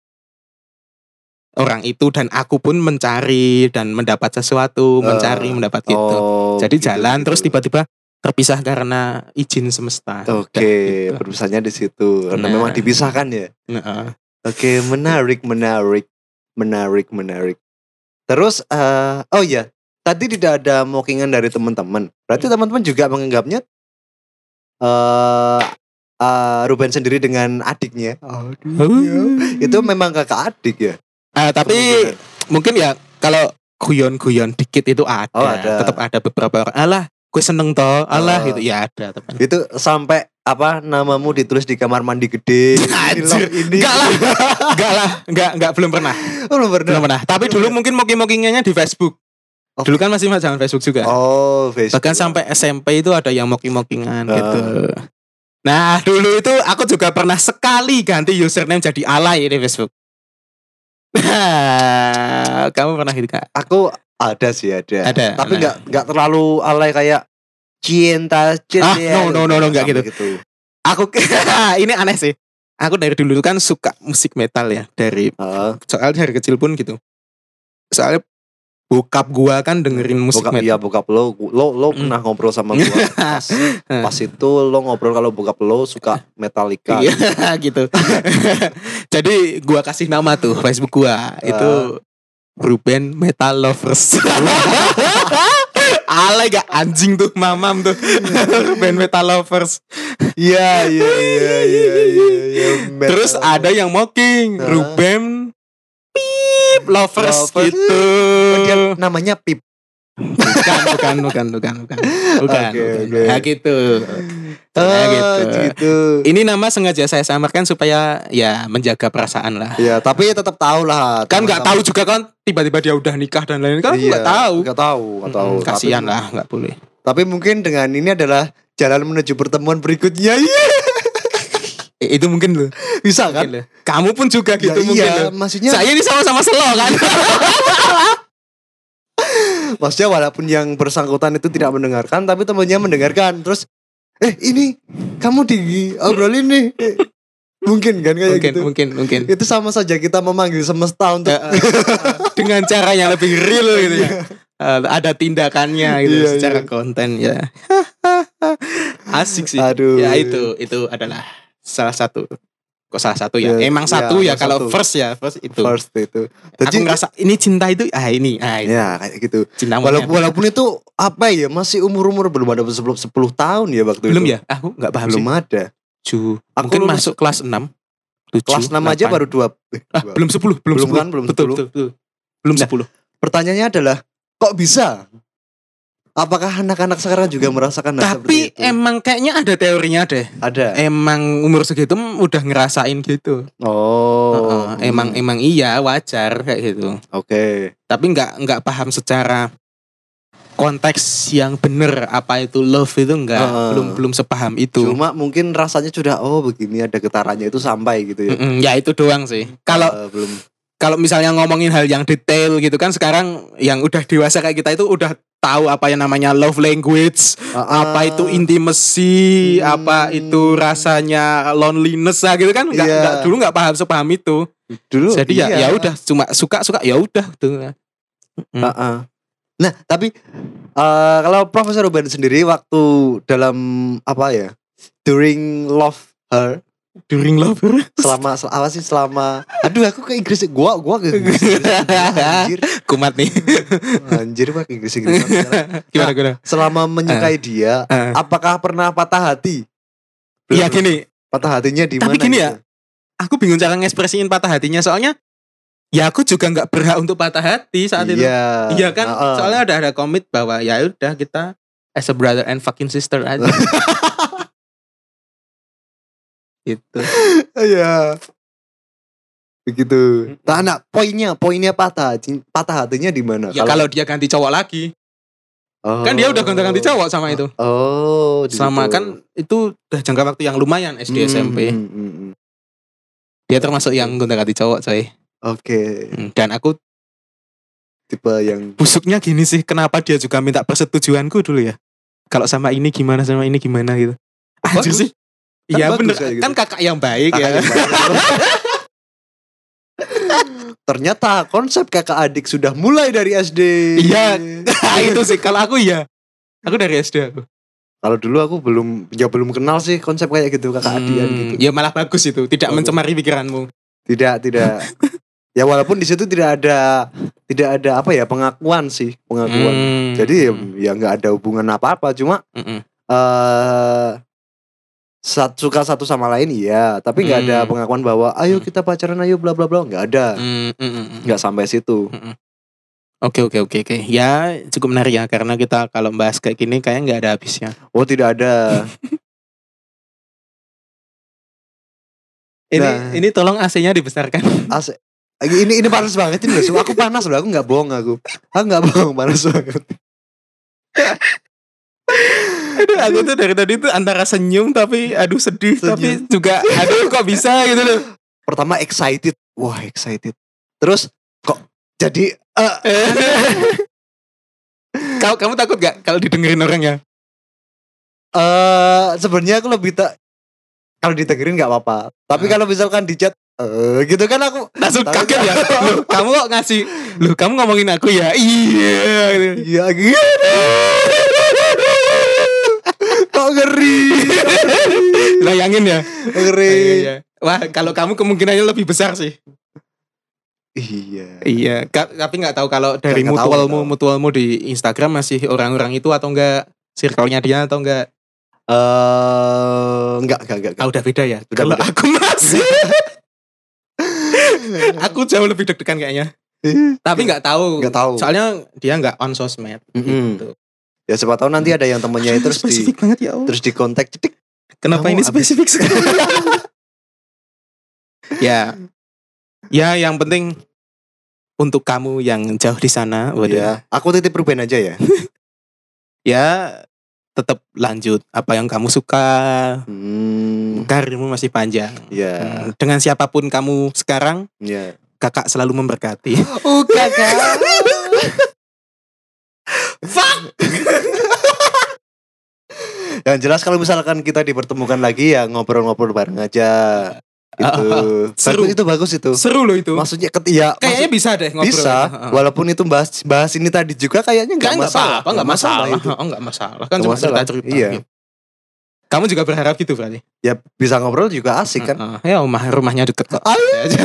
orang itu dan aku pun mencari dan mendapat sesuatu, Eh, mencari mendapat gitu. Oh, Jadi gitu, jalan gitu. terus tiba-tiba terpisah karena izin semesta. Oke, Udah, gitu. berpisahnya di situ karena Nah. memang dipisahkan ya. Nah, Oke, menarik, menarik, menarik, menarik. Terus, eh, oh ya, tadi tidak ada mockingan dari teman-teman. Berarti teman-teman juga menganggapnya eh uh, Ruben sendiri dengan adiknya. Itu memang kakak adik ya. Ah, tapi mungkin ya kalau guyon-guyon dikit itu ada, Oh, ada. tetap ada beberapa orang. Alah, gue seneng toh, alah Oh. gitu ya ada. Teman. Itu sampai apa namamu ditulis di kamar mandi gede. Anjir, ini. enggak lah, enggak lah, enggak enggak belum pernah, Oh, belum pernah. belum pernah. Tapi dulu mungkin mocking-mockingnya di Facebook. Oh. Dulu kan masih zaman Facebook juga. Oh, Facebook. Bahkan sampai S M P itu ada yang mocking-mockingan Ah. gitu. Nah, dulu itu aku juga pernah sekali ganti username jadi alay di Facebook. Nah, kamu pernah gitu Kak? Aku ada sih ada. Ada. Tapi Nah. nggak nggak terlalu alay kayak cinta cinta. Ah, no, no, no, no, nggak Sampai gitu. Aku ini aneh sih. Aku dari dulu kan suka musik metal ya, dari Heeh. soalnya dari kecil pun gitu. Soalnya bokap gua kan dengerin musik Bokap, metal. iya bokap lo, lo lo Mm. pernah ngobrol sama gua pas, pas itu lo ngobrol kalau bokap lo suka Metallica. Iya gitu. Jadi gua kasih nama tuh Facebook gua itu Ruben Metal Lovers. Alay gak anjing tuh mamam tuh. Ruben Metal Lovers. Iya iya iya iya iya. iya, metal. Terus ada yang mocking Ah. Ruben Pip Lovers, Lovers. gitu. Oh, dia namanya Pip. Bukan, bukan, bukan, bukan, bukan. Bukan, Oke, bukan. oke. Nah, gitu. Oh, Nah, gitu. gitu. Ini nama sengaja saya samarkan supaya ya menjaga perasaan lah. Ya, tapi tetap tahu lah. Kan nggak tahu teman-teman. juga kan tiba-tiba dia udah nikah dan lain-lain kan Iya, nggak tahu. Nggak tahu, nggak tahu. Mm, kasihan Tapi- lah, nggak boleh. Tapi mungkin dengan ini adalah jalan menuju pertemuan berikutnya. Iya. Eh, itu mungkin loh. Bisa kan? Mungkin loh. Kamu pun juga Ya, gitu mungkin iya, loh. maksudnya Saya ini sama-sama slow kan. maksudnya walaupun yang bersangkutan itu tidak mendengarkan tapi temannya mendengarkan. Terus eh ini kamu di obrolin nih. Eh, mungkin kan kayak mungkin, gitu. mungkin, mungkin. Itu sama saja kita memanggil semesta untuk Ya, eh, dengan cara yang lebih real gitu ya. Eh, ada tindakannya gitu Iya, secara iya. konten ya. Asik sih. Aduh. Ya itu itu adalah salah satu. Kok salah satu ya? Ya, Emang ya, satu ya, salah kalau satu. first ya, first itu. first itu. Aku ngerasa ini cinta itu ah ini, ah ini. ya kayak gitu. Cinta Walaupun, monyet. walaupun itu apa ya masih umur-umur belum ada sepuluh, sepuluh tahun ya waktu Belum itu. ya? Aku nggak paham Belum sih. ada. Tujuh. Aku Mungkin lulus- masuk kelas enam. Tujuh, Kelas enam aja delapan. baru dua. eh, Ah, dua. belum sepuluh, belum, Belum sepuluh. kan, belum betul, sepuluh. betul, betul. Belum Nah, sepuluh. Pertanyaannya adalah kok bisa? Apakah anak-anak sekarang juga merasakan hal Tapi seperti itu? emang kayaknya ada teorinya deh. ada. Emang umur segitu m- udah ngerasain gitu. Oh, Heeh, emang hmm, emang iya wajar kayak gitu. oke. Tapi nggak nggak paham secara konteks yang bener apa itu love itu nggak Heeh. belum belum sepaham itu. Cuma mungkin rasanya sudah oh begini ada getarannya itu sampai gitu ya. Mm-mm, ya itu doang sih. Kalau Eh, belum. kalau misalnya ngomongin hal yang detail gitu kan sekarang yang udah dewasa kayak kita itu udah tahu apa yang namanya love language, Ah, apa itu intimacy, Hmm. apa itu rasanya loneliness lah gitu kan nggak Iya. nggak- dulu nggak paham sepaham itu. dulu. Jadi ya iya. ya udah cuma suka suka ya udah tuh. Mm. Heeh. Nah, tapi eh, kalau Profesor Ruben sendiri waktu dalam apa ya? During love her During love selama sel- apa sih selama aduh aku ke Inggris gua gua ke Inggris, anjir kumat nih. anjir gua ke Inggris Inggris Gimana gimana? selama menyukai dia Eh. apakah pernah patah hati? Iya gini, Patah hatinya di mana? Tapi gini gitu? ya, aku bingung cara ngekspresiin patah hatinya soalnya ya aku juga nggak berhak untuk patah hati saat itu. Iya. Iya kan? Heeh. Soalnya ada ada komit bahwa ya udah kita as a brother and fucking sister aja. Gitu. Iya. Begitu. Nah, nah, poinnya, poinnya patah hati, patah hatinya di mana? Ya kalau dia ganti cowok lagi, Oh. kan dia udah ganti-ganti cowok sama itu. Oh, di Sama situ. kan itu udah jangka waktu yang lumayan S D S M P. Hmm, hmm, hmm. Dia termasuk yang gonta-ganti cowok, coy. Oke, Hmm, Dan aku tipe yang busuknya gini sih, kenapa dia juga minta persetujuanku dulu ya? Kalau sama ini gimana, sama ini gimana gitu. Anjir Bagus. sih. Kan Iya bagus bener, kayak gitu. kan kakak yang baik kakak ya. yang baik. Ternyata konsep kakak adik sudah mulai dari S D. Iya, itu sih kalau aku iya. Aku dari S D aku. Kalau dulu aku belum ya belum kenal sih konsep kayak gitu kakak adian Hmm, gitu. Ya malah bagus itu, tidak Bagus. mencemari pikiranmu. Tidak, tidak. Ya walaupun di situ tidak ada tidak ada apa ya pengakuan sih pengakuan. Hmm. Jadi ya nggak ada hubungan apa-apa, cuma Mm-mm. eh sat- suka satu sama lain iya, tapi nggak ada Hmm. pengakuan bahwa ayo kita pacaran ayo bla bla bla, nggak ada, Mm, mm, mm, mm. nggak sampai situ. Oke oke oke oke. Ya cukup menarik ya karena kita kalau bahas kayak gini kayaknya nggak ada habisnya. Oh tidak ada. Ini Nah. ini tolong A C-nya dibesarkan. As- ini ini panas banget ini loh. Aku panas loh, aku nggak bohong aku. Aku nggak bohong, panas banget. Aduh, aku tuh dari tadi tuh antara senyum tapi aduh sedih, Senyum. tapi juga aduh kok bisa gitu loh. Pertama excited, wah excited. Terus kok jadi eh, Kau kamu takut gak kalau didengerin orangnya? eh sebenarnya aku lebih tak kalau didengerin nggak apa-apa. Tapi Hmm. kalau misalkan di chat eh gitu kan aku Langsung Tahu kaget kan? ya. Loh, kamu kok ngasih, loh kamu ngomongin aku ya? Iya gitu. iya gitu. Kok ngeri. Bayangin ya. Ngeri. Iya, iya. Wah, kalau kamu kemungkinannya lebih besar sih. Iya. Iya, Ka- tapi nggak tahu kalau dari Nggak tahu, mutualmu, nggak tahu. mutualmu di Instagram masih orang-orang itu atau enggak, circle-nya dia atau enggak? Eh enggak enggak enggak. Ah, udah beda ya. Udah Kalau beda. aku masih, aku jauh lebih deg-degan kayaknya. Tapi nggak tahu. Nggak tahu. Soalnya dia nggak on sosmed. Mm-mm. Gitu. Ya siapa tahu nanti ada yang temennya itu terus di Spesifik banget ya Allah. terus di kontak cetik. Kenapa Kamu ini abis- spesifik sekali? Ya, ya yang penting untuk kamu yang jauh di sana, waduh, Ya, aku titip Ruben aja ya. ya tetap lanjut apa yang kamu suka. Hmm, Karirmu masih panjang. ya, Hmm, Dengan siapapun kamu sekarang, ya. kakak selalu memberkati. Oh kakak. Yang jelas kalau misalkan kita dipertemukan lagi ya ngobrol-ngobrol bareng aja. Itu Seru. bagus itu bagus itu. Seru loh itu. Maksudnya ket, ya, Kayaknya maksud- bisa deh ngobrol. bisa. Heeh. Walaupun itu bahas bahas ini tadi juga kayaknya nggak Kan nggak masalah. apa-apa, nggak masalah. itu. Oh, nggak masalah. Kan Nggak cuma masalah. cerita-cerita. Iya. gitu. Kamu juga berharap gitu berarti? Ya bisa ngobrol juga asik kan. Heeh. Ya rumah rumahnya deket kok. Ayo. Aja.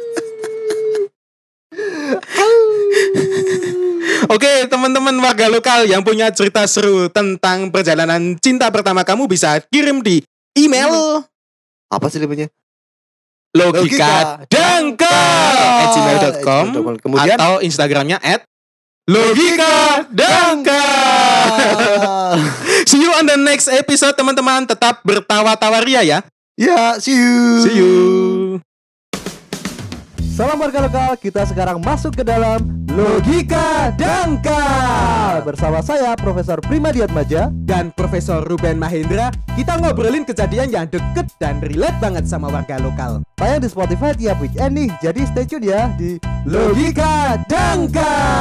Oke, teman-teman warga lokal yang punya cerita seru tentang perjalanan cinta pertama kamu bisa kirim di email Apa sih namanya? logika dangkal at gmail dot com Kemudian atau Instagramnya at logika dangkal. See you on the next episode teman-teman. Tetap bertawa-tawa ria ya. ya, see you. See you. Salam warga lokal, kita sekarang masuk ke dalam Logika Dangkal. Bersama saya Profesor Prima Diatmaja Dan Profesor Ruben Mahendra, kita ngobrolin kejadian yang deket dan relate banget sama warga lokal. tayang di Spotify tiap weekend nih. Jadi stay tune ya di Logika Dangkal.